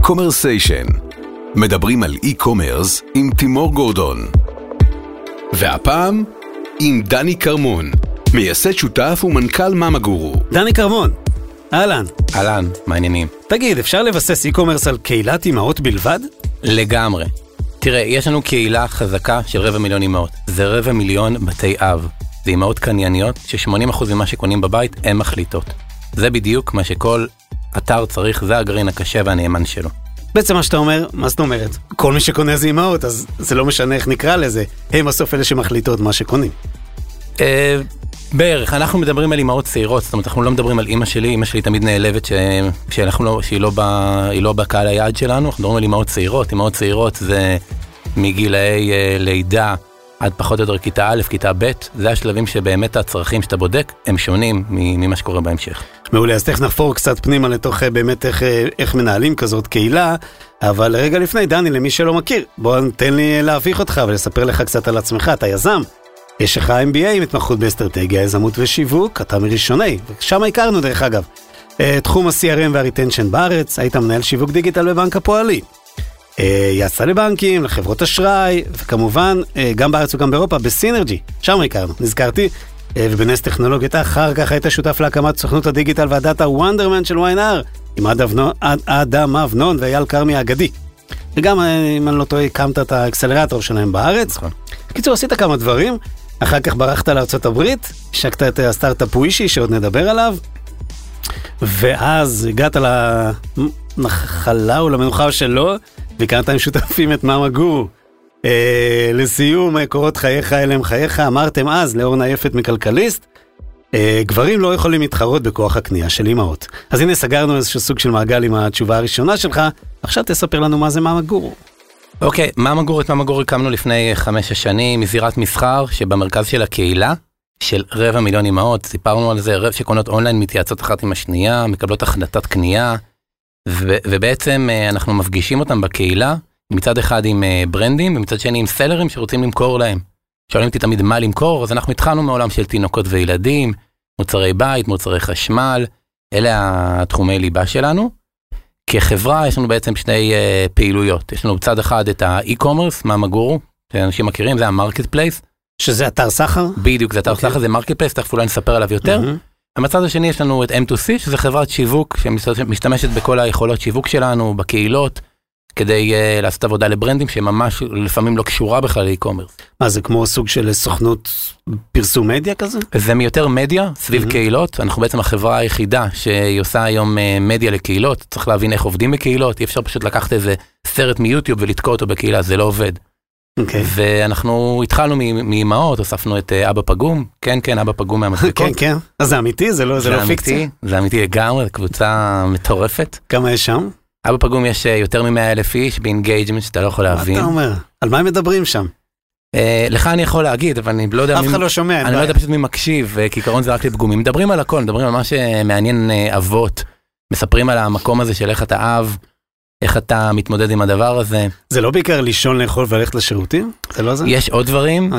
קומרסיישן. מדברים על אי-קומרס עם תימור גורדון. והפעם עם דני קרמון, מייסד שותף ומנכ"ל מאמה גורו. דני קרמון, אהלן. אהלן, מה העניינים? תגיד, אפשר לבסס אי-קומרס על קהילת אימהות בלבד? לגמרי. תראה, יש לנו קהילה חזקה של 250,000 אימהות. זה 250,000 בתי אב. זה אימהות קנייניות ש80% ממה שקונים בבית הן מחליטות. זה בדיוק מה שכל אתר צריך, זה הגרעין הקשה והנאמן שלו. בעצם מה שאתה אומר, מה זאת אומרת? כל מי שקונה זה אימהות, אז זה לא משנה איך נקרא לזה. הם בסוף אלה שמחליטות מה שקונים. בערך, אנחנו מדברים על אימהות צעירות, זאת אומרת, אנחנו לא מדברים על אמא שלי, אמא שלי תמיד נעלבת שהיא לא בקהל היעד שלנו, אנחנו מדברים על אימהות צעירות, אימהות צעירות זה מגילאי לידה עד פחות או יותר כיתה א', כיתה ב', זה השלבים שבאמת הצרכים שאתה בודק, הם שונים ממה שקורה בהמשך. מעולה, אז תכף נחפור קצת פנימה לתוך באמת איך מנהלים כזאת קהילה, אבל רגע לפני, דני, למי שלא מכיר, בוא תן לי להביך אותך ולספר לך קצת על עצמך, אתה יזם. יש לך MBA עם התמחות באסטרטגיה, יזמות ושיווק, אתה מראשוני, ושם הכרנו דרך אגב. תחום ה-CRM וה-retention בארץ, היית מנהל שיווק דיגיטל בבנק הפועלי. יצא לבנקים, לחברות אשראי, וכמובן, גם בארץ וגם באירופה, בסינרג'י, שם הכרנו, נזכרתי, ובנס טכנולוגיות אחר כך היית שותף להקמת סוכנות הדיגיטל והדאטה וונדרמן של YNR, עם אדם אבנון ואייל קרמי האגדי. וגם, אם אני לא טועה, הקמת את האקסלרטור שלהם בארץ. נכון. בקיצור, עשית כמה דברים, אחר כך ברחת לארצות הברית, השקת את הסטארט-אפ ווישי, שעוד נדבר עליו, ואז הגעת לנחלה או למנוחה שלו, והקמת עם שותפים את מאמה גורו. לסיום, קורות חייך אליהם חייך, אמרתם אז, לאורנה יפת מכלכליסט, גברים לא יכולים להתחרות בכוח הקנייה של אימהות. אז הנה סגרנו איזשהו סוג של מעגל עם התשובה הראשונה שלך, עכשיו תספר לנו מה זה מאמה גורו. אוקיי, מאמה גורו, את מאמה גורו הקמנו לפני 5 שנים, מזירת מסחר שבמרכז של הקהילה, של 250,000 אימהות, סיפרנו על זה, רב שקונות אונליין מתייעצות אחת עם השנייה, מקבלות החלטת קנייה, ובעצם אנחנו מפגישים אותם בקהילה, מצד אחד עם ברנדים, ומצד שני עם סלרים שרוצים למכור להם. שואלים אותי תמיד מה למכור, אז אנחנו התחלנו מעולם של תינוקות וילדים, מוצרי בית, מוצרי חשמל, אלה התחומי ליבה שלנו. כחברה יש לנו בעצם שני פעילויות. יש לנו בצד אחד את האי-קומרס, מאמה גורו, שאנשים מכירים, זה המרקט פלייס. שזה אתר סחר? בדיוק, זה אתר סחר, זה מרקט פלייס, תכף אולי נספר עליו יותר. המצד השני יש לנו את M2C, שזה חברת שיווק, שמשתמשת בכל היכולות שיווק שלנו, בקהילות, כדי לעשות עבודה לברנדים שממש לפעמים לא קשורה בכלל לאי-קומרס. מה, זה כמו סוג של סוכנות פרסום מדיה כזה? זה מיותר מדיה סביב קהילות, אנחנו בעצם החברה היחידה שהיא עושה היום מדיה לקהילות, צריך להבין איך עובדים בקהילות, אי אפשר פשוט לקחת איזה סרט מיוטיוב ולתקוע אותו בקהילה, זה לא עובד. ואנחנו התחלנו מאמהות, הוספנו את אבא פגום, כן, אבא פגום מהמצחיקות. כן, אז זה אמיתי, זה לא פיקציה. זה אמיתי לגמרי, זו קבוצה מטורפת. כמה יש שם? אבא פגום יש יותר מ100,000 איש באינגייג'מנט שאתה לא יכול להבין. מה אתה אומר? על מה הם מדברים שם? לך אני יכול להגיד, אבל אני לא יודע... אף אחד לא שומע. אני לא יודע פשוט מי מקשיב, כעיקרון זה רק לפגומים. מדברים על הכל, מדברים על מה שמעניין אבות. מספרים על המקום הזה של איך אתה אב, איך אתה מתמודד עם הדבר הזה. זה לא בעיקר לישון, לאכול וללכת לשירותים? זה לא זה? יש עוד דברים.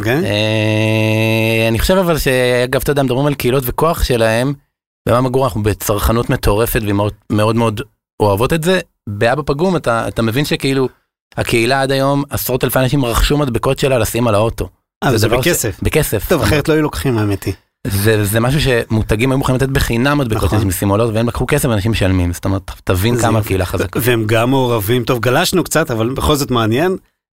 אני חושב אבל שאגב, אתה יודע, מדברים על קהילות וכוח שלהם, במאמה גורו אנחנו בצרכנות מטורפת ומאוד מאוד אוהבות את זה. באבא פגום אתה מבין שכאילו הקהילה עד היום 10,000 אנשים רכשו מדבקות שלה לשים על האוטו. זה בכסף. בכסף. טוב, אחרת לא היו לוקחים האמיתי. זה משהו שמותגים היו מוכנים לתת בחינם מדבקות משימולות, והם לקחו כסף ואנשים משלמים. זאת אומרת, תבין כמה הקהילה חזקה. והם גם מעורבים. טוב, גלשנו קצת, אבל בכל זאת מעניין.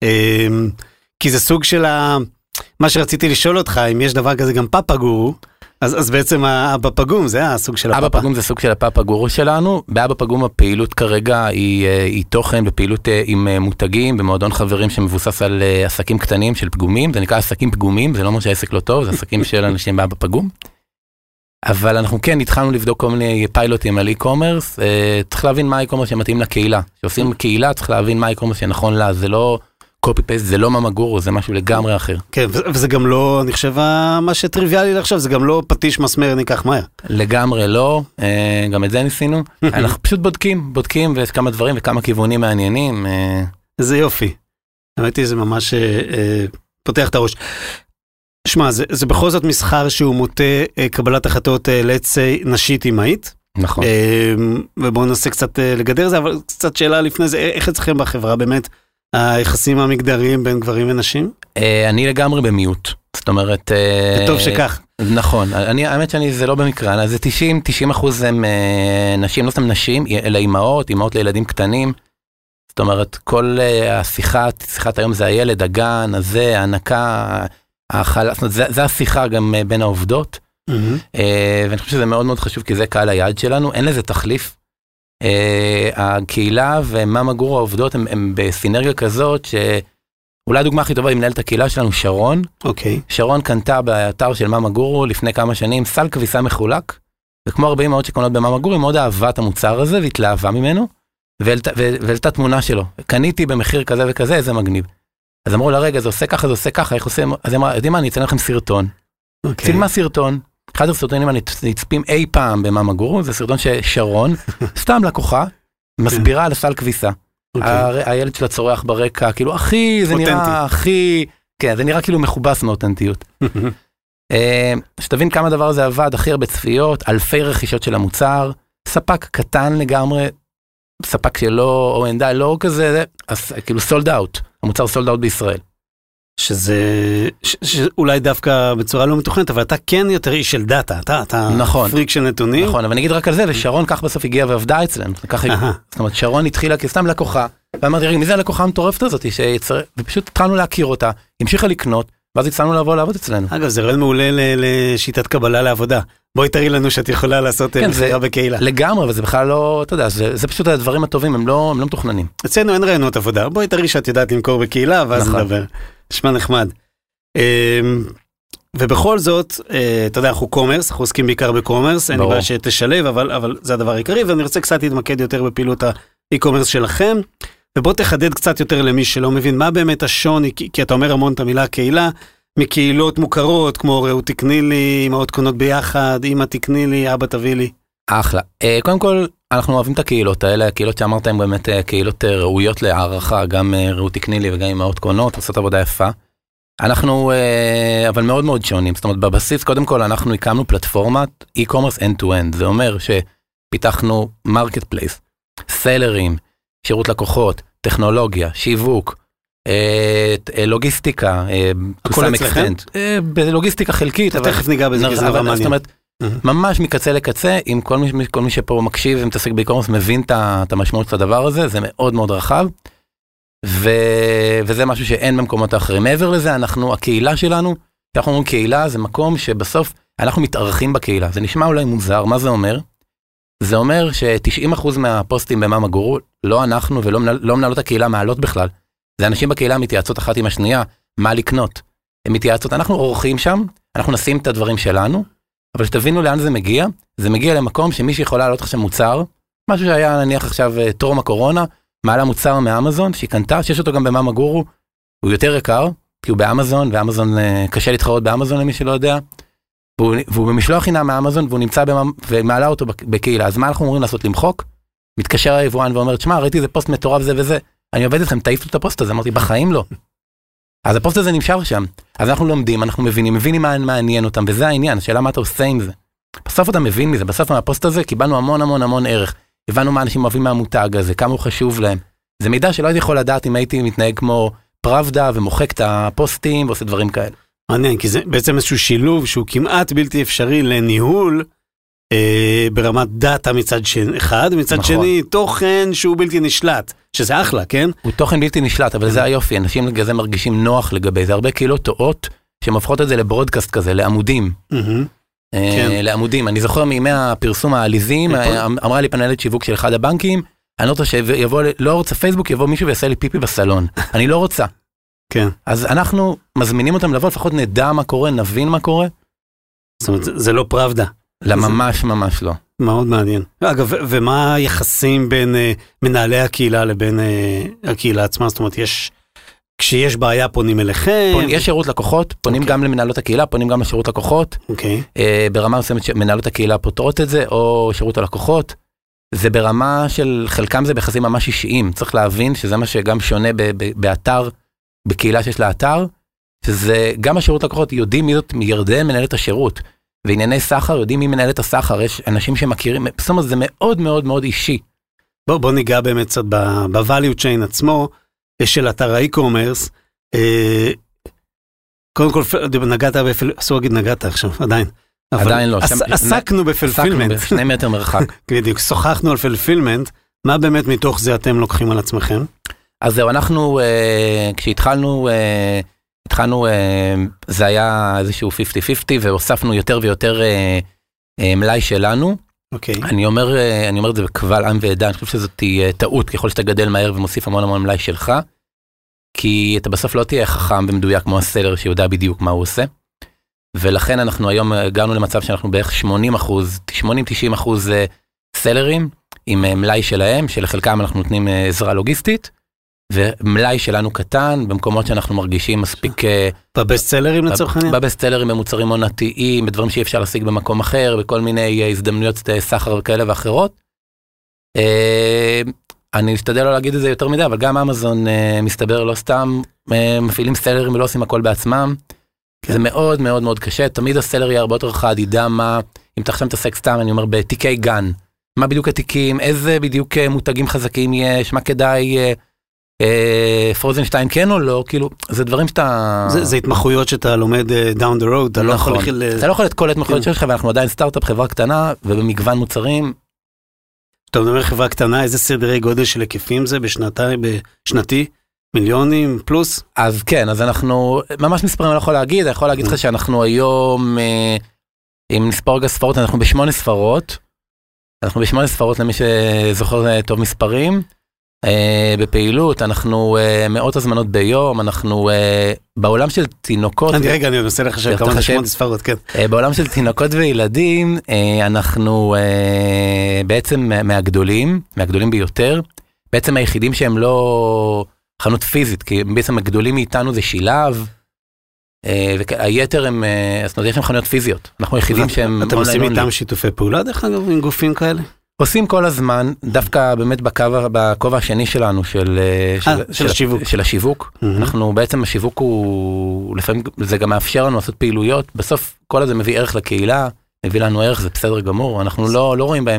כי זה סוג של מה שרציתי לשאול אותך, אם יש דבר כזה גם פאפה גורו, אז בעצם אבא פגום זה הסוג של הפאפה. אבא פגום זה סוג של הפאפה גורו שלנו. באבא פגום הפעילות כרגע היא תוכן בפעילות עם מותגים, במועדון חברים שמבוסס על עסקים קטנים של פגומים. זה נקרא עסקים פגומים, זה לא אומר שהעסק לא טוב, זה עסקים של אנשים באבא פגום. אבל אנחנו כן התחלנו לבדוק כל מיני פיילוטים על אי-קומרס. צריך להבין מה אי-קומרס שמתאים לקהילה. כשעושים קהילה צריך להבין מה אי-קומרס שנכון לה. זה לא קופי-פייסט, זה לא מאמה גורו, זה משהו לגמרי אחר. כן, וזה גם לא, אני חושב, מה שטריוויאלי לחשוב, זה גם לא פטיש מסמר ניקח מהר. לגמרי לא, גם את זה ניסינו. אנחנו פשוט בודקים ויש כמה דברים וכמה כיוונים מעניינים. זה יופי. האמת היא, זה ממש פותח את הראש. שמע, זה בכל זאת מסחר שהוא מוטה קבלת החלטות, let's say, נשית אימהית. נכון. ובואו ננסה קצת לגדר זה, אבל קצת שאלה לפני זה, איך אצלכם בחברה באמת היחסים המגדריים בין גברים ונשים? אני לגמרי במיעוט. זאת אומרת... טוב שכך. נכון. האמת זה לא במקרה, זה 90% הם נשים, לא סתם נשים, אלא אימהות לילדים קטנים. זאת אומרת, כל שיחת היום זה הילד, הגן, הזה, ההנקה, האכלה, זאת אומרת, זה השיחה גם בין העובדות. ואני חושב שזה מאוד מאוד חשוב, כי זה קהל היעד שלנו, אין לזה תחליף. הקהילה ומאמה גורו העובדות הם בסינרגיה כזאת, שאולי הדוגמה הכי טובה היא מנהלת הקהילה שלנו, שרון. שרון קנתה באתר של מאמה גורו לפני כמה שנים, סל כביסה מחולק, וכמו 40 מאות שקונות במאמה גורו, היא מאוד אהבה את המוצר הזה, והתלהבה ממנו, והעלתה תמונה שלו. קניתי במחיר כזה וכזה, איזה מגניב. אז אמרו לה, רגע, זה עושה ככה, איך עושה? אז אמרה, יודעים מה, אני אצלם לכם סרטון. צילמה סרטון. אחד הסרטונים הנצפים אי פעם במאמה גורו, זה סרטון ששרון, סתם לקוחה, מסבירה על הסל כביסה. הילד שלה צורח ברקע, כאילו, אחי, זה נראה, אחי, כן, זה נראה כאילו מכובס מאותנטיות. שתבין כמה דבר זה עבד, הכי הרבה צפיות, אלפי רכישות של המוצר, ספק קטן לגמרי, ספק שלא, או אין די, לא כזה, אז כאילו סולד אאוט, המוצר סולד אאוט בישראל. שזה אולי דווקא בצורה לא מתוכנת, אבל אתה כן יותר איש של דאטה, אתה נכון, פריק של נתונים. נכון, אבל נגיד רק על זה, ושרון כך בסוף הגיעה ועבדה אצלנו. זאת אומרת, שרון התחילה כסתם לקוחה, ואמרתי, רגע, מי זה הלקוחה המטורפת הזאת? ופשוט התחלנו להכיר אותה, המשיכה לקנות, ואז הצלחנו לבוא לעבוד אצלנו. אגב, זה רעיון מעולה לשיטת קבלה לעבודה. בואי תראי לנו שאת יכולה לעשות מחירה בקהילה. לגמרי, אבל זה בכלל לא, אתה יודע, זה פשוט הדברים הטובים, הם לא מתוכננים. אצלנו אין רעיונות עבודה, בואי תראי שאת יודעת למכור בקהילה, ואז נדבר. נשמע נחמד. ובכל זאת, אתה יודע, אנחנו קומרס, אנחנו עוסקים בעיקר בקומרס, אין לי בעיה שתשלב, אבל זה הדבר העיקרי, ואני רוצה קצת להתמקד יותר בפעילות האי-קומרס שלכם, ובוא תחדד קצת יותר למי שלא מבין מה באמת השוני, כי אתה אומר המון את המילה קהילה, מקהילות מוכרות, כמו ראו תקני לי, אמהות קונות ביחד, אמא תקני לי, אבא תביא לי. אחלה. קודם כל, אנחנו אוהבים את הקהילות האלה, הקהילות שאמרת הן באמת קהילות ראויות להערכה, גם ראו תקני לי וגם אמהות קונות, עושות עבודה יפה. אנחנו, אבל מאוד מאוד שונים, זאת אומרת, בבסיס, קודם כל, אנחנו הקמנו פלטפורמת e-commerce end-to-end, זה אומר שפיתחנו מרקט פלייס, סלרים, שירות לקוחות, טכנולוגיה, שיווק, לוגיסטיקה, הכל אצלכם? בלוגיסטיקה חלקית, תכף ניגע בזה, כי זה נורא מעניין. זאת אומרת, ממש מקצה לקצה, אם כל מי שפה מקשיב ומתעסק באי-קומרס מבין את המשמעות של הדבר הזה, זה מאוד מאוד רחב, וזה משהו שאין במקומות האחרים. מעבר לזה, הקהילה שלנו, אנחנו אומרים קהילה, זה מקום שבסוף אנחנו מתארחים בקהילה. זה נשמע אולי מוזר, מה זה אומר? זה אומר ש90% מהפוסטים במאמה גורו, לא אנחנו ולא מנהלות הקהילה מעלות בכלל. זה אנשים בקהילה מתייעצות אחת עם השנייה, מה לקנות. הם מתייעצות, אנחנו אורחים שם, אנחנו נשים את הדברים שלנו, אבל שתבינו לאן זה מגיע, זה מגיע למקום שמישהו יכולה לעלות עכשיו מוצר, משהו שהיה נניח עכשיו טרום הקורונה, מעלה מוצר מאמזון שהיא קנתה, שיש אותו גם במאמה גורו, הוא יותר יקר, כי הוא באמזון, ואמזון קשה להתחרות באמזון למי שלא יודע, והוא במשלוח חינם מאמזון, והוא נמצא ומעלה אותו בקהילה, אז מה אנחנו אומרים לעשות? למחוק? מתקשר היבואן ואומר, תשמע, ראיתי זה פוסט מטורף זה וזה, אני עובד אתכם, תעיפו את הפוסט הזה, אמרתי, בחיים לא. אז הפוסט הזה נמשך שם, אז אנחנו לומדים, אנחנו מבינים מה מעניין אותם, וזה העניין, השאלה מה אתה עושה עם זה. בסוף אתה מבין מזה, בסוף מהפוסט הזה קיבלנו המון המון המון ערך, הבנו מה אנשים אוהבים מהמותג הזה, כמה הוא חשוב להם. זה מידע שלא הייתי יכול לדעת אם הייתי מתנהג כמו פרבדה ומוחק את הפוסטים ועושה דברים כאלה. מעניין, כי זה בעצם איזשהו שילוב שהוא כמעט בלתי אפשרי לניהול ברמת דאטה מצד אחד, מצד שני תוכן שהוא בלתי נשלט, שזה אחלה, כן? הוא תוכן בלתי נשלט, אבל זה היופי, אנשים לגבי מרגישים נוח לגבי זה, הרבה קהילות טועות שמפחות את זה לברודקאסט כזה, לעמודים. לעמודים, אני זוכר מימי הפרסום העליזים, אמרה לי פנלת שיווק של אחד הבנקים, אני לא רוצה שיבוא, לא רוצה פייסבוק, יבוא מישהו ויעשה לי פיפי בסלון, אני לא רוצה. כן. אז אנחנו מזמינים אותם לבוא, לפחות נדע מה קורה, נבין מה קורה. זאת אומרת, זה לא פרבדה. ממש ממש לא. מאוד מעניין. אגב, ומה היחסים בין מנהלי הקהילה לבין הקהילה עצמה? זאת אומרת, כשיש בעיה פונים אליכם? יש שירות לקוחות, פונים גם למנהלות הקהילה, פונים גם לשירות לקוחות. ברמה מסוימת שמנהלות הקהילה פותרות את זה, או שירות הלקוחות. זה ברמה של, חלקם זה ביחסים ממש אישיים. צריך להבין שזה מה שגם שונה באתר, בקהילה שיש לה אתר, שזה גם השירות לקוחות יודעים מי זאת מירדן מנהלת השירות. וענייני סחר, יודעים מי מנהל את הסחר, יש אנשים שמכירים, זאת אומרת, זה מאוד מאוד מאוד אישי. בוא ניגע באמת קצת ב-value chain עצמו, של אתר האי-קומרס. קודם כל, נגעת אסור להגיד נגעת עכשיו, עדיין. עדיין לא. עסקנו בפלפילמנט. עסקנו ב2 מטר מרחק. בדיוק, שוחחנו על פלפילמנט, מה באמת מתוך זה אתם לוקחים על עצמכם? אז זהו, אנחנו, כשהתחלנו, זה היה איזשהו 50-50, והוספנו יותר ויותר מלאי שלנו. אוקיי. אני אומר את זה בקבל עם ועדה, אני חושב שזאת טעות, ככל שאתה גדל מהר ומוסיף המון המון מלאי שלך, כי אתה בסוף לא תהיה חכם ומדויק כמו הסלר שיודע בדיוק מה הוא עושה, ולכן אנחנו היום הגענו למצב שאנחנו בערך 80-90% סלרים, עם מלאי שלהם, שלחלקם אנחנו נותנים עזרה לוגיסטית, ומלאי שלנו קטן, במקומות שאנחנו מרגישים מספיק... בבסט סלרים לצורך העניין? בבסט סלרים, במוצרים עונתיים, בדברים שאי אפשר להשיג במקום אחר, בכל מיני הזדמנויות סחר כאלה ואחרות. אני אשתדל לא להגיד את זה יותר מדי, אבל גם אמזון מסתבר לא סתם, מפעילים סלרים ולא עושים הכל בעצמם. זה מאוד מאוד מאוד קשה, תמיד הסלר יהיה הרבה יותר חד, ידע מה, אם אתה עכשיו מתעסק סתם, אני אומר, בתיקי גן, מה בדיוק התיקים, איזה בדיוק מותגים חזקים יש, מה כדאי... פרוזנשטיין כן או לא, כאילו, זה דברים שאתה... זה התמחויות שאתה לומד down the road, אתה לא יכול... אתה לא יכול את כל ההתמחויות שלך, ואנחנו עדיין סטארט-אפ, חברה קטנה, ובמגוון מוצרים. אתה מדבר חברה קטנה, איזה סדרי גודל של היקפים זה בשנתי? מיליונים פלוס? אז כן, אז אנחנו, ממש מספרים אני לא יכול להגיד, אני יכול להגיד לך שאנחנו היום, אם נספור רגע ספרות, אנחנו ב8 ספרות, למי שזוכר טוב מספרים, בפעילות, אנחנו מאות הזמנות ביום, אנחנו בעולם של תינוקות... אני מנסה לחשב כמה 8 ספרות, כן. בעולם של תינוקות וילדים, אנחנו בעצם מהגדולים ביותר, בעצם היחידים שהם לא חנות פיזית, כי בעצם הגדולים מאיתנו זה שילב, והיתר הם, זאת אומרת, יש שם חנויות פיזיות, אנחנו היחידים שהם... אתם עושים איתם שיתופי פעולה, דרך אגב, עם גופים כאלה? עושים כל הזמן, דווקא באמת בכובע השני שלנו, של השיווק. אנחנו בעצם, השיווק הוא, לפעמים זה גם מאפשר לנו לעשות פעילויות, בסוף כל הזה מביא ערך לקהילה, מביא לנו ערך, זה בסדר גמור, אנחנו לא רואים בהם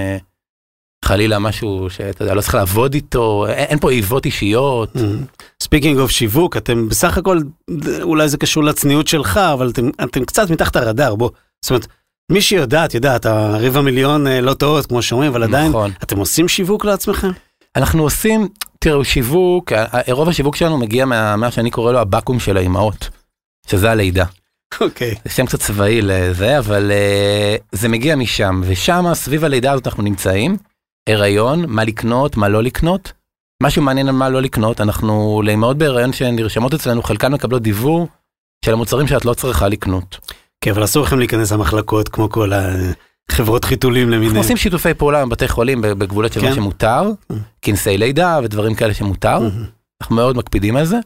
כחלילה משהו שאתה יודע, לא צריך לעבוד איתו, אין פה איבות אישיות. Speaking of שיווק, אתם בסך הכל, אולי זה קשור לצניעות שלך, אבל אתם קצת מתחת הרדאר, בוא, זאת אומרת, מי שיודעת, הרבע מיליון לא טעות, כמו שאומרים, אבל עדיין, אתם עושים שיווק לעצמכם? אנחנו עושים, תראו, שיווק, רוב השיווק שלנו מגיע מה שאני קורא לו הבקום של האימהות, שזה הלידה. אוקיי. זה שם קצת צבאי לזה, אבל זה מגיע משם, ושם, סביב הלידה הזאת אנחנו נמצאים, הריון, מה לקנות, מה לא לקנות, משהו מעניין על מה לא לקנות, אנחנו לאימהות בהיריון שנרשמות אצלנו, חלקן מקבלות דיוור של המוצרים שאת לא צריכה לקנות. כן, אבל אסור לכם להיכנס למחלקות, כמו כל החברות חיתולים למיניהם. אנחנו עושים שיתופי פעולה עם בתי חולים בגבולות של מה שמותר, כנסי לידה ודברים כאלה שמותר, אנחנו מאוד מקפידים על זה,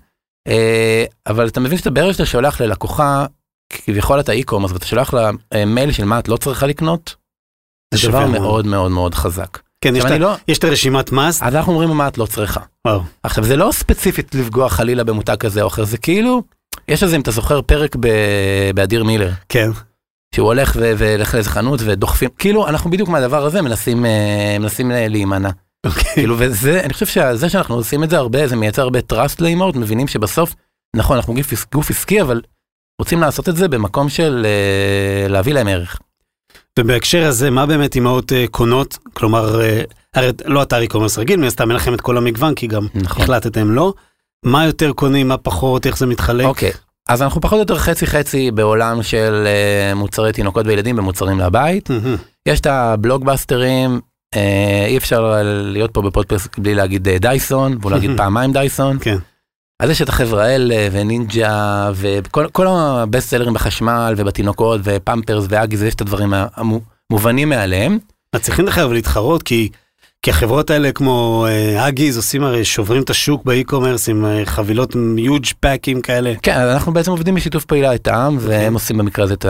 אבל אתה מבין שאתה בערך שאתה שולח ללקוחה, כביכול אתה אי-קומרס, ואתה שולח לה מייל של מה את לא צריכה לקנות, זה דבר מאוד מאוד מאוד חזק. כן, יש את הרשימת מס. אז אנחנו אומרים מה את לא צריכה. עכשיו, זה לא ספציפית לפגוע חלילה במותג כזה או אחר, זה כאילו... יש לזה, אם אתה זוכר, פרק באדיר מילר. כן. שהוא הולך והלך לאיזה חנות ודוחפים, כאילו, אנחנו בדיוק מהדבר הזה מנסים להימנע. כאילו, וזה, אני חושב שזה שאנחנו עושים את זה הרבה, זה מייצר הרבה טראסט לאימהות, מבינים שבסוף, נכון, אנחנו גוף עסקי, אבל רוצים לעשות את זה במקום של להביא להם ערך. ובהקשר הזה, מה באמת אימהות קונות? כלומר, הרי לא אתר אי-קומרס רגיל, מסתם אין לכם את כל המגוון, כי גם החלטתם לא. מה יותר קונים, מה פחות, איך זה מתחלק? אוקיי, אז אנחנו פחות או יותר חצי בעולם של מוצרי תינוקות וילדים במוצרים לבית. יש את הבלוגבאסטרים, אי אפשר להיות פה בפודקאסט בלי להגיד דייסון, ואולי להגיד פעמיים דייסון. כן. אז יש את החברה האלה ונינג'ה, וכל הבסט סלרים בחשמל ובתינוקות ופמפרס ואגיז, יש את הדברים המובנים מעליהם. אז צריכים לחייב להתחרות, כי החברות האלה כמו אגיז עושים הרי שוברים את השוק באי-קומרס עם חבילות מיוג' פאקים כאלה. כן, אנחנו בעצם עובדים בשיתוף פעילה איתם, והם עושים במקרה הזה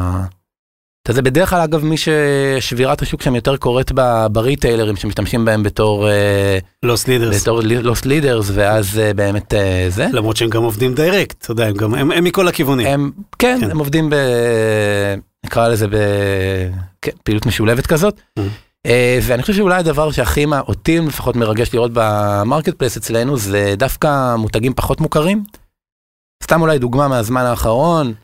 את זה. בדרך כלל, אגב, מי ששבירת השוק שם יותר קורית בריטיילרים שמשתמשים בהם בתור לוסט לידרס, ואז באמת זה. למרות שהם גם עובדים דיירקט, אתה יודע, הם מכל הכיוונים. כן, הם עובדים נקרא לזה בפעילות משולבת כזאת. ואני חושב שאולי הדבר שהכי אותי לפחות מרגש לראות במרקט פלייס אצלנו, זה דווקא מותגים פחות מוכרים. סתם אולי דוגמה מהזמן האחרון,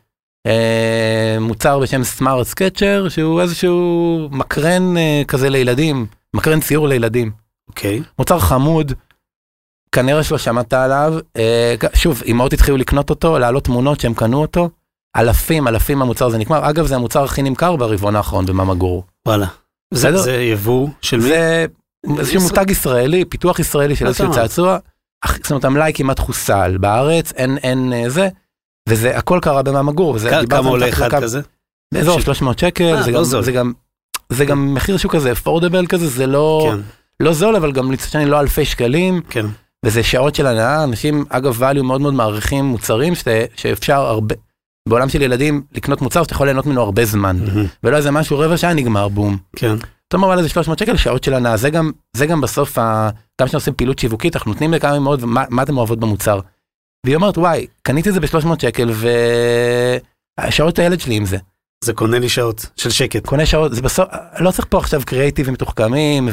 מוצר בשם סמארט סקצ'ר, שהוא איזשהו מקרן כזה לילדים, מקרן ציור לילדים. אוקיי. מוצר חמוד, כנראה שלא שמעת עליו, שוב, אמהות התחילו לקנות אותו, להעלות תמונות שהם קנו אותו, אלפים המוצר הזה נקמר, אגב זה המוצר הכי נמכר ברבעון האחרון במאמה גורו. וואלה. זה יבוא של מי? זה איזשהו מותג ישראלי, פיתוח ישראלי של איזשהו צעצוע, זאת אומרת, המלאי כמעט חוסל בארץ, אין זה, וזה הכל קרה במאמה גורו. כמה עולה אחד כזה? באזור 300 שקל, זה גם מחיר שהוא כזה, אפורדבל כזה, זה לא זול, אבל גם לצד לא אלפי שקלים, וזה שעות של הנאה, אנשים אגב ואליו מאוד מאוד מעריכים מוצרים, שאפשר הרבה, בעולם של ילדים לקנות מוצר, שאתה יכול ליהנות ממנו הרבה זמן, ולא איזה משהו רבע שעה נגמר, בום. כן. אתה אומר, אבל איזה 300 שקל, שעות של הנאה, זה גם בסוף, גם כשאנחנו עושים פעילות שיווקית, אנחנו נותנים לכמה מאוד, מה אתם אוהבות במוצר. והיא אומרת, וואי, קניתי את זה ב-300 שקל, והשעות הילד שלי עם זה. זה קונה לי שעות של שקט. קונה שעות, זה בסוף, לא צריך פה עכשיו קריאיטיבים מתוחכמים,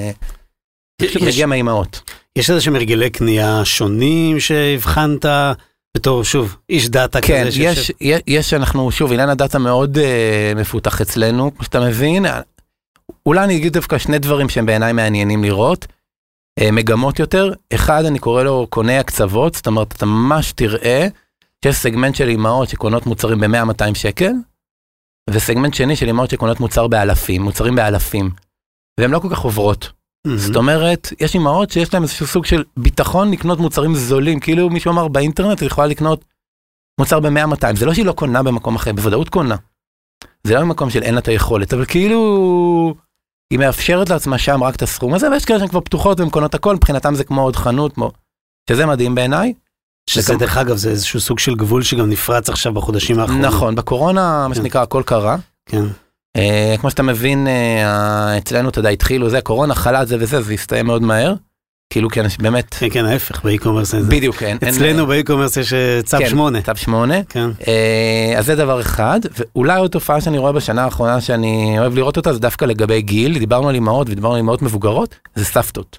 פשוט מגיע מהאימהות. יש איזה שמרגלי קנייה שונים שהבחנת בתור, שוב, איש דאטה כן, כזה? כן, יש אנחנו, שוב, עניין הדאטה מאוד מפותח אצלנו, כמו שאתה מבין. אולי אני אגיד דווקא שני דברים שהם בעיניי מעניינים לראות, מגמות יותר. אחד, אני קורא לו קונה הקצוות, זאת אומרת, אתה ממש תראה שיש סגמנט של אימהות שקונות מוצרים ב-100-200 שקל, וסגמנט שני של אימהות שקונות מוצרים באלפים, והן לא כל כך עוברות. זאת אומרת, יש אימהות שיש להם איזשהו סוג של ביטחון לקנות מוצרים זולים, כאילו מישהו אמר באינטרנט, היא יכולה לקנות מוצר ב-100-200, זה לא שהיא לא קונה במקום אחר, בוודאות קונה. זה לא במקום של אין לה את היכולת, אבל כאילו היא מאפשרת לעצמה שם רק את הסכום הזה, ויש כאלה שהן כבר פתוחות והן קונות הכל, מבחינתם זה כמו עוד חנות, שזה מדהים בעיניי. שזה דרך אגב, זה איזשהו סוג של גבול שגם נפרץ עכשיו בחודשים האחרונים. נכון, בקורונה, מה שנקרא, הכל קרה. כן. כמו שאתה מבין, אצלנו אתה יודע, התחילו, זה קורונה, חל"ת, זה הסתיים מאוד מהר. כאילו, כן, באמת... כן, כן, ההפך, באי-קומרס. בדיוק, כן. אצלנו באי-קומרס יש צו 8. צו 8. כן. אז זה דבר אחד, ואולי עוד תופעה שאני רואה בשנה האחרונה שאני אוהב לראות אותה, זה דווקא לגבי גיל, דיברנו על אימהות ודיברנו על אימהות מבוגרות, זה סבתות.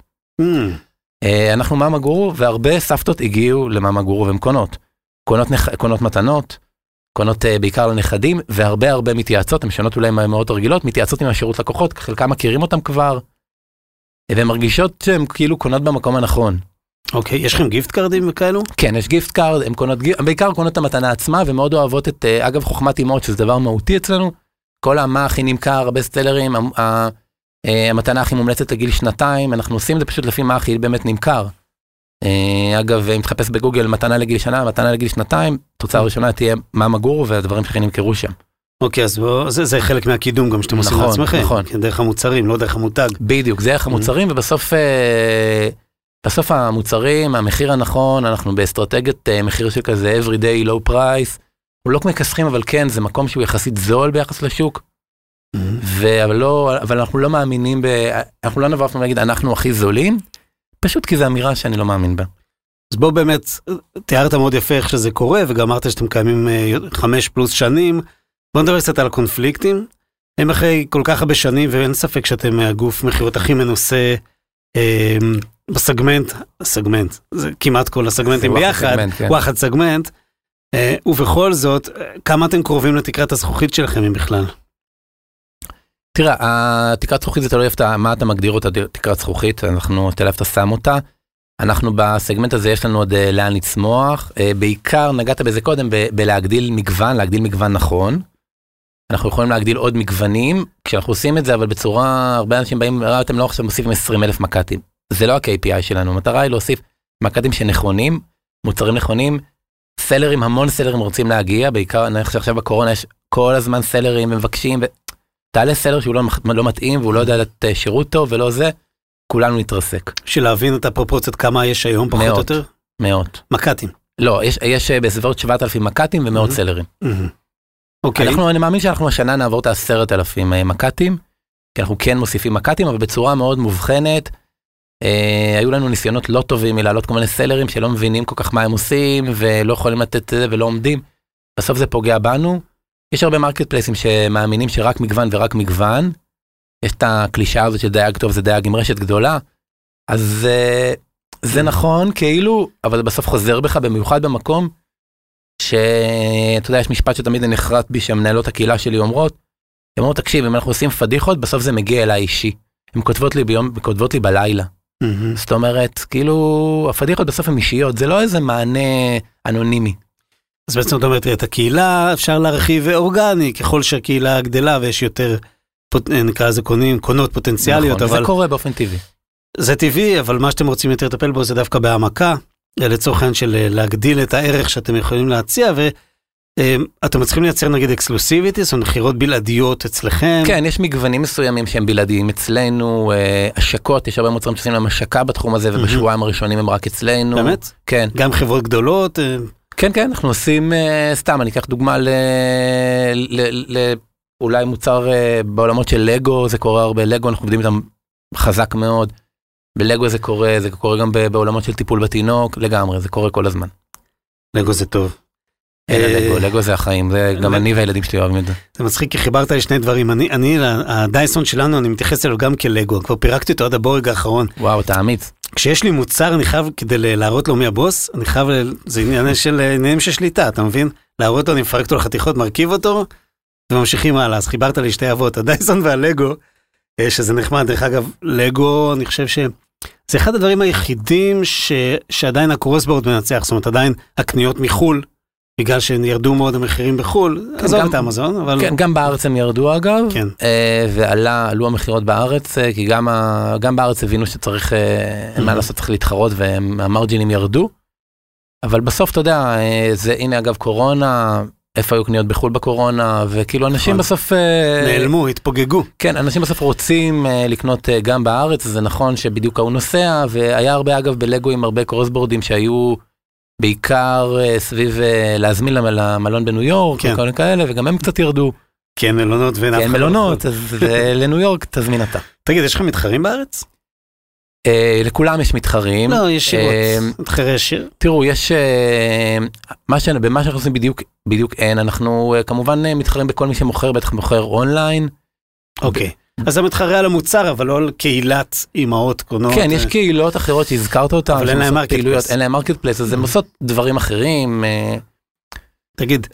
אנחנו מאמה גורו, והרבה סבתות הגיעו למאמה גורו והן קונות מתנות, קונות בעיקר לנכדים, והרבה מתייעצות, הן שונות אולי מהמאות הרגילות, מתייעצות עם השירות לקוחות, חלקם מכירים אותם כבר, והן מרגישות שהן כאילו קונות במקום הנכון. אוקיי, יש לכם גיפט קארדים וכאלו? כן, יש גיפט קארד, הן בעיקר קונות את המתנה עצמה, ומאוד אוהבות את, אגב, חוכמת אימהות, שזה דבר מהותי אצלנו, כל מה הכי נמכר, הרבה סטלרים, המתנה הכי מומלצת לגיל 2, אנחנו עושים את זה פשוט לפי מה הכי באמת נמכר. אגב, אם תחפש בגוגל מתנה לגיל שנה, מתנה לגיל 2, תוצאה הראשונה תהיה מאמה גורו והדברים שכי נמכרו שם. אוקיי, אז זה חלק מהקידום גם שאתם עושים לעצמכם. נכון. דרך המוצרים, לא דרך המותג. בדיוק, זה דרך המוצרים, ובסוף המוצרים, המחיר הנכון, אנחנו באסטרטגיית מחיר של כזה everyday low price, הוא לא מכסחים, אבל כן, זה מקום שהוא יחסית זול ביחס לשוק, אבל אנחנו לא מאמינים, אנחנו לא נבוא להגיד, אנחנו הכי זולים, פשוט כי זו אמירה שאני לא מאמין בה. אז בוא באמת, תיארת מאוד יפה איך שזה קורה, וגם אמרת שאתם קיימים 5+ שנים, בוא נדבר קצת על הקונפליקטים, הם אחרי כל כך הרבה שנים, ואין ספק שאתם הגוף מכירות הכי מנוסה בסגמנט, זה כמעט כל הסגמנטים ביחד, וואחד סגמנט, ובכל זאת, כמה אתם קרובים לתקרת הזכוכית שלכם, אם בכלל? תראה, התקרת זכוכית זה תלוי מה אתה מגדיר אותה תקרת זכוכית, אנחנו תלוי אתה שם אותה, אנחנו בסגמנט הזה יש לנו עוד לאן לצמוח, בעיקר נגעת בזה קודם בלהגדיל מגוון נכון, אנחנו יכולים להגדיל עוד מגוונים, כשאנחנו עושים את זה, אבל בצורה, הרבה אנשים באים, אתם לא עכשיו מוסיפים 20,000 מקטים, זה לא ה-KPI שלנו, המטרה היא להוסיף מקטים שנכונים, מוצרים נכונים, סלרים, המון סלרים רוצים להגיע, בעיקר אני חושב עכשיו בקורונה יש כל הזמן סלרים מבקשים, תעלה סלר שהוא לא מתאים, והוא לא יודע את שירות טוב ולא זה, כולנו נתרסק. בשביל להבין את הפרופורציות, כמה יש היום פחות או יותר? מאות. מקטים? לא, יש בסביבות 7,000 מקטים ומאות סלרים. אוקיי. אני מאמין שאנחנו השנה נעבור את 10,000 מקטים, כי אנחנו כן מוסיפים מקטים, אבל בצורה מאוד מובחנת, היו לנו ניסיונות לא טובים מלהעלות כל מיני סלרים שלא מבינים כל כך מה הם עושים, ולא יכולים לתת את זה ולא עומדים. בסוף זה פוגע בנו. יש הרבה מרקט פלייסים שמאמינים שרק מגוון ורק מגוון, יש את הקלישה הזאת שדייג טוב זה דייג עם רשת גדולה, אז זה נכון כאילו, אבל זה בסוף חוזר בך במיוחד במקום, שאתה יודע, יש משפט שתמיד נחרט בי שהמנהלות הקהילה שלי אומרות, הן אומרות, תקשיב, אם אנחנו עושים פדיחות, בסוף זה מגיע אליי אישי. הן כותבות לי בלילה. זאת אומרת, כאילו, הפדיחות בסוף הן אישיות, זה לא איזה מענה אנונימי. אז בעצם אתה אומרת, את הקהילה אפשר להרחיב אורגני, ככל שהקהילה גדלה ויש יותר, נקרא לזה קונות פוטנציאליות, נכון, אבל... זה קורה באופן טבעי. זה טבעי, אבל מה שאתם רוצים יותר לטפל בו זה דווקא בהעמקה, לצורך העניין של להגדיל את הערך שאתם יכולים להציע, ואתם מצליחים לייצר נגיד אקסקלוסיביטיס, או מחירות בלעדיות אצלכם. כן, יש מגוונים מסוימים שהם בלעדיים אצלנו, השקות, יש הרבה מוצרים שעושים להם השקה בתחום הזה, ובשבועיים הראשונים הם רק אצלנו. באמת? כן. גם חברות גדולות? כן, כן, אנחנו עושים, סתם, אני אקח דוגמה אולי מוצר בעולמות של לגו, זה קורה הרבה, לגו אנחנו עובדים איתם חזק מאוד, בלגו זה קורה גם בעולמות של טיפול בתינוק, לגמרי, זה קורה כל הזמן. לגו זה טוב. לגו זה החיים, גם אני והילדים שלי אוהבים את זה. זה מצחיק כי חיברת לי שני דברים, הדייסון שלנו, אני מתייחס אליו גם כלגו, כבר פירקתי אותו עד הבורג האחרון. וואו, אתה אמיץ. כשיש לי מוצר, אני חייב, כדי להראות לו מי הבוס, אני חייב, זה עניינים של שליטה, אתה מבין? להראות לו, אני מפרק אותו לחתיכות, מרכיב אותו, וממשיכים הלאה. אז חיברת לי שתי אבות, הדייסון והלגו, שזה נחמד. דרך אגב, לגו, אני חושב שזה אחד הדברים היחידים שעדיין הקרוסבורד מנצח, זאת אומרת, עדיין הקניות מחול, בגלל שירדו מאוד המחירים בחול, עזוב את אמזון, אבל... כן, גם בארץ הם ירדו אגב, ועלו המחירות בארץ, כי גם בארץ הבינו שצריך, מה לעשות, צריך להתחרות, והמרג'ינים ירדו, אבל בסוף, אתה יודע, הנה אגב קורונה, איפה היו קניות בחול בקורונה, וכאילו אנשים בסוף... נעלמו, התפוגגו. כן, אנשים בסוף רוצים לקנות גם בארץ, זה נכון שבדיוק הוא נוסע, והיה הרבה אגב בלגו עם הרבה קרוסבורדים שהיו בעיקר סביב להזמין למלון בניו יורק, וכל כאלה, וגם הם קצת ירדו. כן, מלונות ואין אף אחד. כן, מלונות, אז לניו יורק תזמין אתה. תגיד, יש לך מתחרים בארץ? לכולם יש מתחרים. לא, ישירות, מתחרי ישיר. תראו, יש, במה שאנחנו עושים בדיוק אין, אנחנו כמובן מתחרים בכל מי שמוכר, בטח מוכר אונליין. אוקיי. אז זה מתחרה על המוצר, אבל לא על קהילת אימהות קונות. כן, יש קהילות אחרות שהזכרת אותן. אבל אין להם מרקט פלייס. אין להם מרקט פלייס, אז הם עושות דברים אחרים. תגיד,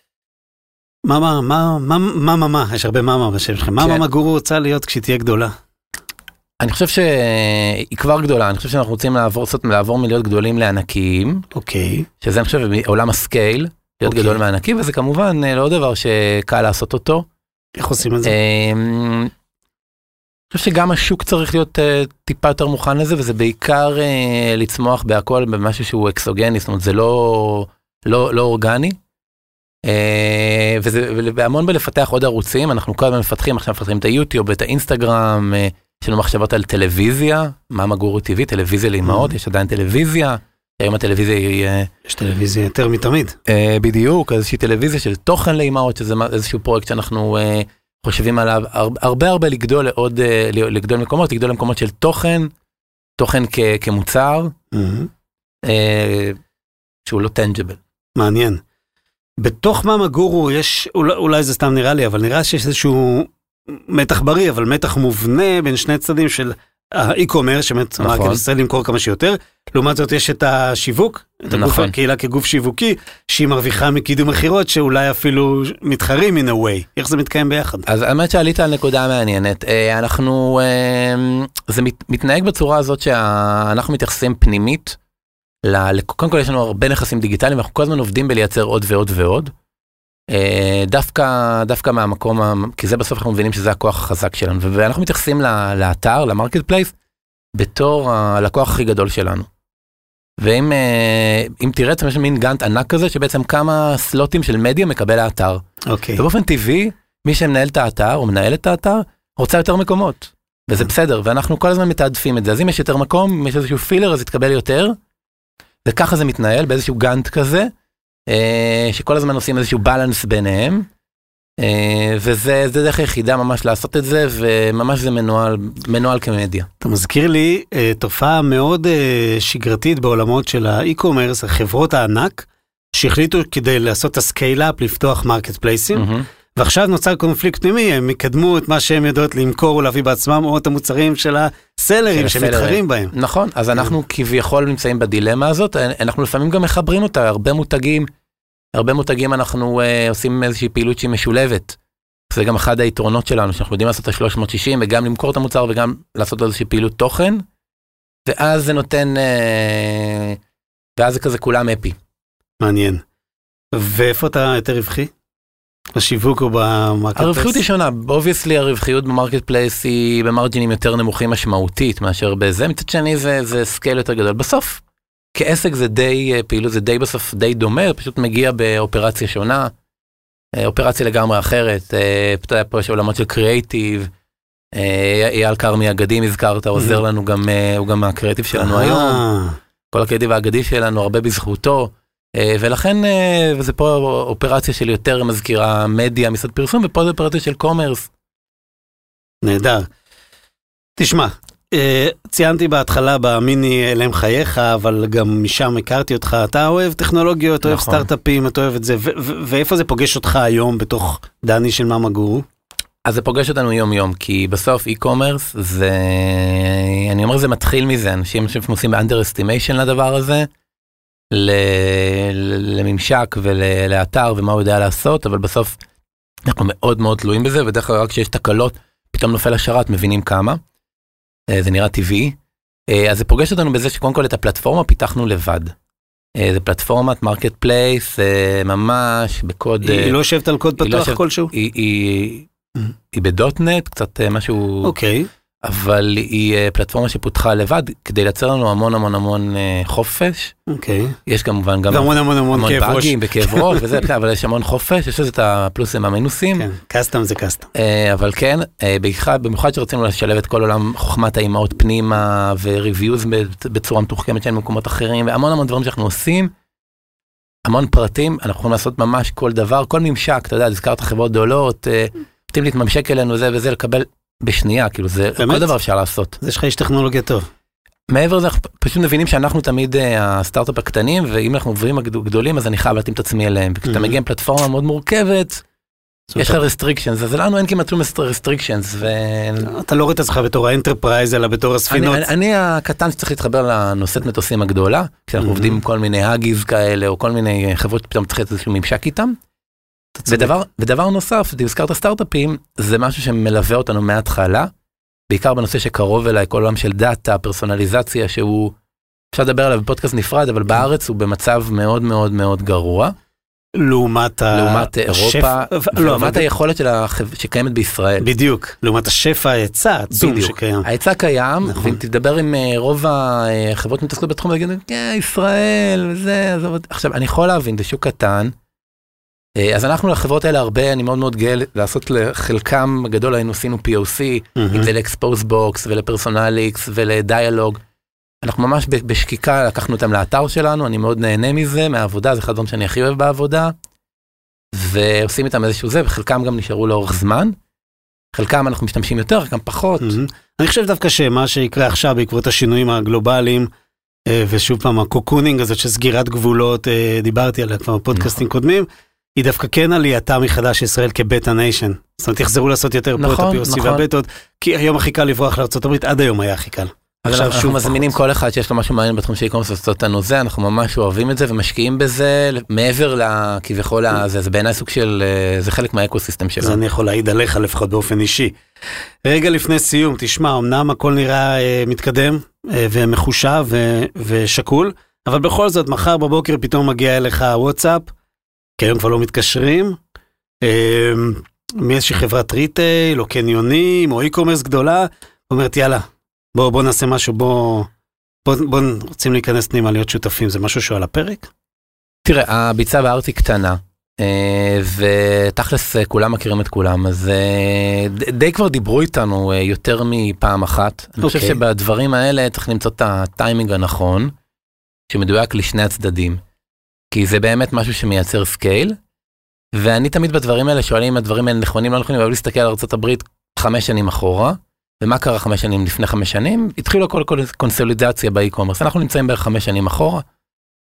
מה, יש הרבה מה בשם שלכם. מה גורו רוצה להיות כשהיא תהיה גדולה? אני חושב שהיא כבר גדולה, אני חושב שאנחנו רוצים לעבור מלהיות גדולים לענקיים. אוקיי. שזה אני חושב עולם הסקייל, להיות גדול מענקי, וזה כמובן לא דבר שקל לעשות אותו. איך עושים את זה? אני חושב שגם השוק צריך להיות טיפה יותר מוכן לזה, וזה בעיקר לצמוח בהכל במשהו שהוא אקסוגני, זאת אומרת זה לא אורגני, וזה המון בלפתח עוד ערוצים, אנחנו כל הזמן מפתחים, עכשיו מפתחים את היוטיוב, את האינסטגרם, יש לנו מחשבות על טלוויזיה, מאמא גורו טבעי, טלוויזיה לאמהות, יש עדיין טלוויזיה, היום הטלוויזיה היא... יש טלוויזיה יותר מתמיד. בדיוק, איזושהי טלוויזיה של תוכן לאמהות, שזה איזשהו פרויקט שאנחנו חושבים עליו, הרבה לגדול מקומות, לגדול למקומות של תוכן כמוצר, שהוא לא טנג'בל. מעניין. בתוך מאמא גורו יש, אולי זה סתם נראה לי, אבל נראה שיש איזשהו מתח בריא, אבל מתח מובנה בין שני צדדים של האי-קומר, שבאמת מרקט ישראל למכור כמה שיותר, לעומת זאת יש את השיווק, את הגוף הקהילה כגוף שיווקי, שהיא מרוויחה מקידום מחירות, שאולי אפילו מתחרים in a way. איך זה מתקיים ביחד? אז האמת שעלית על נקודה מעניינת. זה מתנהג בצורה הזאת שאנחנו מתייחסים פנימית, קודם כל יש לנו הרבה נכסים דיגיטליים, ואנחנו כל הזמן עובדים בלייצר עוד ועוד ועוד. דווקא מהמקום, כי זה בסוף אנחנו מבינים שזה הכוח החזק שלנו, ואנחנו מתייחסים לאתר, למרקט פלייס, בתור הלקוח הכי גדול שלנו. ואם תראה, יש מין גאנט ענק כזה, שבעצם כמה סלוטים של מדיה מקבל האתר. ובאופן טבעי, מי שמנהל את האתר, או מנהל את האתר, רוצה יותר מקומות. וזה בסדר, ואנחנו כל הזמן מתעדפים את זה. אז אם יש יותר מקום, אם יש איזשהו פילר, אז יתקבל יותר. וככה זה מתנהל, באיזשהו גאנט כזה, שכל הזמן עושים איזשהו בלנס ביניהם, וזה דרך היחידה ממש לעשות את זה, וממש זה מנוהל כמדיה. אתה מזכיר לי תופעה מאוד שגרתית בעולמות של האי-קומרס, החברות הענק, שהחליטו כדי לעשות את הסקייל-אפ, לפתוח מרקט פלייסים, ועכשיו נוצר קונפליקט פנימי, הם יקדמו את מה שהם יודעות למכור ולהביא בעצמם, או את המוצרים של הסלרים שמתחרים בהם. נכון, אז אנחנו כביכול נמצאים בדילמה הזאת, אנחנו לפעמים גם מחברים אותה, הרבה מותגים אנחנו עושים איזושהי פעילות שהיא משולבת. זה גם אחד היתרונות שלנו, שאנחנו יודעים לעשות את ה-360, וגם למכור את המוצר, וגם לעשות איזושהי פעילות תוכן, ואז זה נותן, ואז זה כזה כולם אפי. מעניין. ואיפה אתה יותר רווחי? בשיווק או במרקט פלייס? הרווחיות היא שונה, obviously הרווחיות במרקט פלייס היא במרג'ינים יותר נמוכים משמעותית מאשר בזה, מצד שני זה סקייל יותר גדול. בסוף, כעסק זה די פעילות, זה די בסוף די דומה, פשוט מגיע באופרציה שונה, אופרציה לגמרי אחרת, פה יש עולמות של קריאייטיב, אייל קרמי אגדים הזכרת, עוזר לנו גם, הוא גם הקריאייטיב שלנו היום, כל הקריאייטיב האגדי שלנו הרבה בזכותו, ולכן, וזה פה אופרציה של יותר מזכירה מדיה, משרד פרסום, ופה זה אופרציה של קומרס. נהדר. תשמע, ציינתי בהתחלה במיני אליהם חייך, אבל גם משם הכרתי אותך, אתה אוהב טכנולוגיות, אוהב סטארט-אפים, אתה אוהב את זה, ואיפה זה פוגש אותך היום בתוך דני של מאמה גורו? אז זה פוגש אותנו יום יום, כי בסוף אי-קומרס, אני אומר זה מתחיל מזה, אנשים עושים ב-underestimation לדבר הזה, לממשק ולאתר ומה הוא יודע לעשות, אבל בסוף אנחנו מאוד מאוד תלויים בזה, ודרך כלל רק כשיש תקלות, פתאום נופל השרת, מבינים כמה. זה נראה טבעי. אז זה פוגש אותנו בזה שקודם כל את הפלטפורמה פיתחנו לבד. זה פלטפורמת מרקט פלייס, ממש בקוד... היא לא יושבת על קוד פתוח כלשהו? היא בדוטנט, קצת משהו... אוקיי. אבל היא פלטפורמה שפותחה לבד, כדי לייצר לנו המון המון המון חופש. אוקיי. יש כמובן גם המון כאב ראש. באגים וכאב ראש וזה, אבל יש המון חופש, יש לזה את הפלוסים המינוסים. כן, קסטם זה קסטם. אבל כן, במיוחד שרצינו לשלב את כל עולם חוכמת האימהות פנימה, וריוויוז בצורה מתוחכמת של מקומות אחרים, והמון המון דברים שאנחנו עושים, המון פרטים, אנחנו יכולים לעשות ממש כל דבר, כל ממשק, אתה יודע, הזכרת חברות גדולות, פתאים להתממשק אלינו וזה לקבל בשנייה, כאילו זה כל דבר אפשר לעשות. זה שלך יש טכנולוגיה טוב. מעבר לזה, פשוט מבינים שאנחנו תמיד הסטארט-אפ הקטנים, ואם אנחנו עוברים הגדולים, אז אני חייב להתאים את עצמי אליהם. וכשאתה מגיע עם פלטפורמה מאוד מורכבת, יש לך restrictions, אז לנו אין כמעט שום restrictions. אתה לא רואה את עצמך בתור האנטרפרייז, אלא בתור הספינות. אני הקטן שצריך להתחבר לנושאת מטוסים הגדולה, כשאנחנו עובדים עם כל מיני האגיז כאלה, או כל מיני חברות שפתאום צריך איזשהו ממשק איתם. ודבר נוסף, הזכרת סטארט-אפים, זה משהו שמלווה אותנו מההתחלה, בעיקר בנושא שקרוב אליי, כל עולם של דאטה, פרסונליזציה, שהוא, אפשר לדבר עליו בפודקאסט נפרד, אבל בארץ הוא במצב מאוד מאוד מאוד גרוע. לעומת אירופה, לעומת היכולת שקיימת בישראל. בדיוק, לעומת השפע ההיצע העצום שקיים. ההיצע קיים, ואם תדבר עם רוב החברות מתעסקות בתחום, תגידו, ישראל, וזה, עכשיו, אני יכול להבין, זה שוק קטן, אז אנחנו לחברות האלה הרבה, אני מאוד מאוד גאה לעשות לחלקם הגדול, היינו עשינו POC, אם זה לאקספוזבוקס ולפרסונליקס ולדיאלוג, אנחנו ממש בשקיקה לקחנו אותם לאתר שלנו, אני מאוד נהנה מזה, מהעבודה, זה אחד הדברים שאני הכי אוהב בעבודה, ועושים איתם איזשהו זה, וחלקם גם נשארו לאורך זמן, חלקם אנחנו משתמשים יותר, חלקם פחות. אני חושב דווקא שמה שיקרה עכשיו בעקבות השינויים הגלובליים, ושוב פעם הקוקונינג הזאת של סגירת גבולות, דיברתי עליה כבר בפודקאסטים קודמים, היא דווקא כן עלייתה מחדש ישראל כבטה ניישן. זאת אומרת, יחזרו לעשות יותר פה את ה-POC והבטות, כי היום הכי קל לברוח לארצות הברית, עד היום היה הכי קל. אז אנחנו מזמינים כל אחד שיש לו משהו מעניין בתחום של אי-קומרס לעשות אותנו זה, אנחנו ממש אוהבים את זה ומשקיעים בזה, מעבר כביכול לזה, זה בעיניי סוג של, זה חלק מהאקוסיסטם שלנו. אז אני יכול להעיד עליך לפחות באופן אישי. רגע לפני סיום, תשמע, אמנם הכל נראה מתקדם ומחושב ושקול, אבל בכל זאת, מחר בבוקר פתאום מגיע אליך וואטסאפ, כי היום כבר לא מתקשרים, מאיזושהי חברת ריטייל, או קניונים, או אי-קומרס גדולה, אומרת, יאללה, בוא נעשה משהו, בוא רוצים להיכנס פנימה להיות שותפים, זה משהו שהוא על הפרק? תראה, הביצה בארץ היא קטנה, ותכלס כולם מכירים את כולם, אז די כבר דיברו איתנו יותר מפעם אחת. אני חושב שבדברים האלה צריך למצוא את הטיימינג הנכון, שמדויק לשני הצדדים. כי זה באמת משהו שמייצר סקייל, ואני תמיד בדברים האלה שואלים אם הדברים האלה נכונים, לא נכונים, אבל להסתכל על ארצות הברית 5 שנים אחורה, ומה קרה 5 שנים לפני 5 שנים? התחילו כל קונסולידציה באי-קומרס, אנחנו נמצאים בערך 5 שנים אחורה,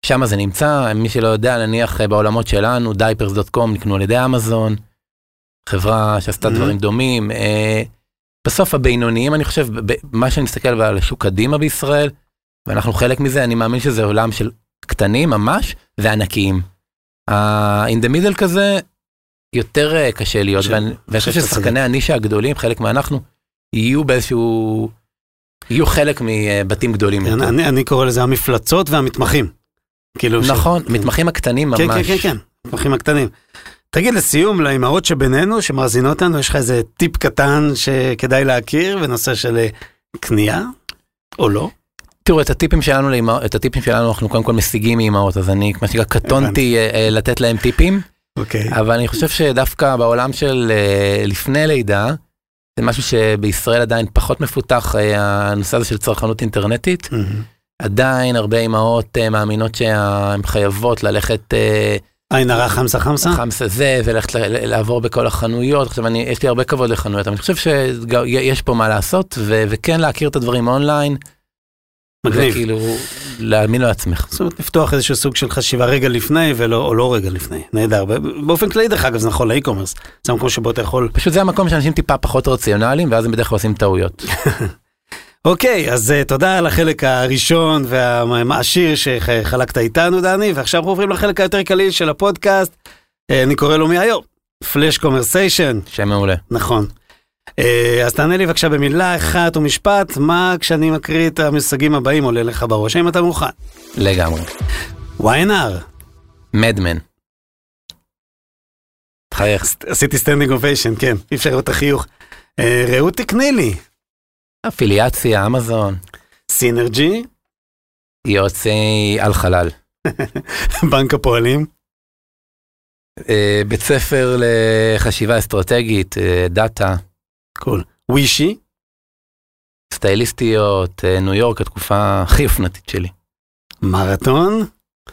שם זה נמצא, מי שלא יודע, נניח בעולמות שלנו, diapers.com נקנו על ידי אמזון, חברה שעשתה דברים דומים, בסוף הבינוניים, אני חושב, מה שאני מסתכל על השוק קדימה בישראל, ואנחנו חלק מזה, אני מאמין שזה עולם של קטנים ממש, וענקיים. in the middle כזה, יותר קשה להיות, ואני חושב ששחקני הנישה הגדולים, חלק מאנחנו, יהיו באיזשהו, יהיו חלק מבתים גדולים. אני קורא לזה המפלצות והמתמחים. נכון, מתמחים הקטנים ממש. כן, מתמחים הקטנים. תגיד לסיום, לאמהות שבינינו, שמאזינות לנו, יש לך איזה טיפ קטן שכדאי להכיר, בנושא של קנייה, או לא? תראו, את הטיפים שלנו אנחנו קודם כל משיגים מאמהות, אז אני, כמו שכך, קטונתי לתת להם טיפים, אבל אני חושב שדווקא בעולם של לפני לידה, זה משהו שבישראל עדיין פחות מפותח, הנושא הזה של צרכנות אינטרנטית, עדיין הרבה אמהות מאמינות שהן חייבות ללכת עין הרע חמסה? חמסה זה, ולכת לעבור בכל החנויות. עכשיו, יש לי הרבה כבוד לחנויות, אבל אני חושב שיש פה מה לעשות, וכן להכיר את הדברים אונליין, מגניב. וכאילו, להאמין לעצמך. זאת אומרת, לפתוח איזשהו סוג של חשיבה רגע לפני, או לא רגע לפני. נהדר. באופן כללי, דרך אגב, זה נכון לאי-קומרס. זה המקום שבו אתה יכול... פשוט זה המקום שאנשים טיפה פחות רציונליים, ואז הם בדרך כלל עושים טעויות. אוקיי, אז תודה על החלק הראשון והמעשיר שחלקת איתנו, דני, ועכשיו אנחנו עוברים לחלק היותר קליל של הפודקאסט. אני קורא לו מהיום, פלאש קומרסיישן. שם מעולה. נכון. אז תענה לי בבקשה במילה אחת או משפט, מה כשאני מקריא את המושגים הבאים עולה לך בראש, האם אתה מוכן? לגמרי. ויינר. מדמן. תחייך. עשיתי סטנדינג אוביישן, כן, אי אפשר לראות את החיוך. רעות תקני לי. אפיליאציה, אמזון. סינרג'י. יוצאי על חלל. בנק הפועלים. בית ספר לחשיבה אסטרטגית, דאטה. קול. ווישי. סטייליסטיות, ניו יורק, התקופה הכי אופנתית שלי. מרתון.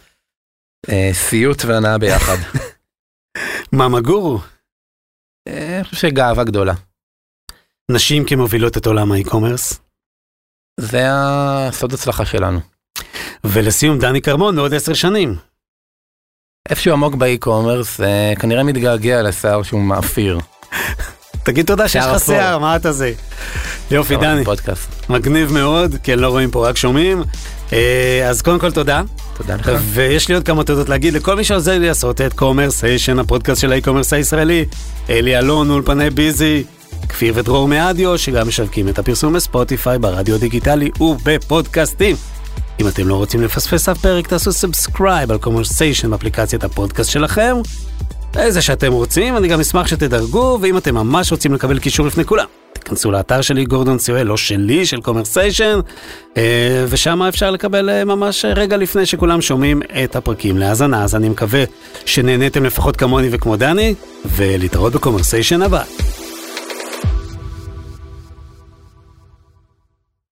סיוט והנאה ביחד. מאמה גורו. אני חושב שגאווה גדולה. נשים כמובילות את עולם האי-קומרס. זה הסוד הצלחה שלנו. ולסיום, דני קרמון, עוד 10 שנים. איפשהו עמוק באי-קומרס, כנראה מתגעגע לשיער שהוא מאפיר. תגיד תודה שיש לך שיער, מה אתה זה? יופי, דני. מגניב מאוד, כן, לא רואים פה, רק שומעים. אז קודם כל תודה. תודה לך. ויש לי עוד כמה תודות להגיד לכל מי שעוזר לי לעשות את קומרסיישן, הפודקאסט של האי-קומרס הישראלי, אלי אלון, אולפני ביזי, כפיר ודרור מאדיו, שגם משווקים את הפרסום בספוטיפיי, ברדיו דיגיטלי ובפודקאסטים. אם אתם לא רוצים לפספס אף פרק, תעשו סאבסקרייב על קומרסיישן באפליקציית הפודקאסט שלכם. איזה שאתם רוצים, אני גם אשמח שתדרגו, ואם אתם ממש רוצים לקבל קישור לפני כולם, תכנסו לאתר שלי, גורדון ציואל, לא שלי, של קומרסיישן, ושם אפשר לקבל ממש רגע לפני שכולם שומעים את הפרקים להאזנה. אז אני מקווה שנהניתם לפחות כמוני וכמו דני, ולהתראות בקומרסיישן הבא.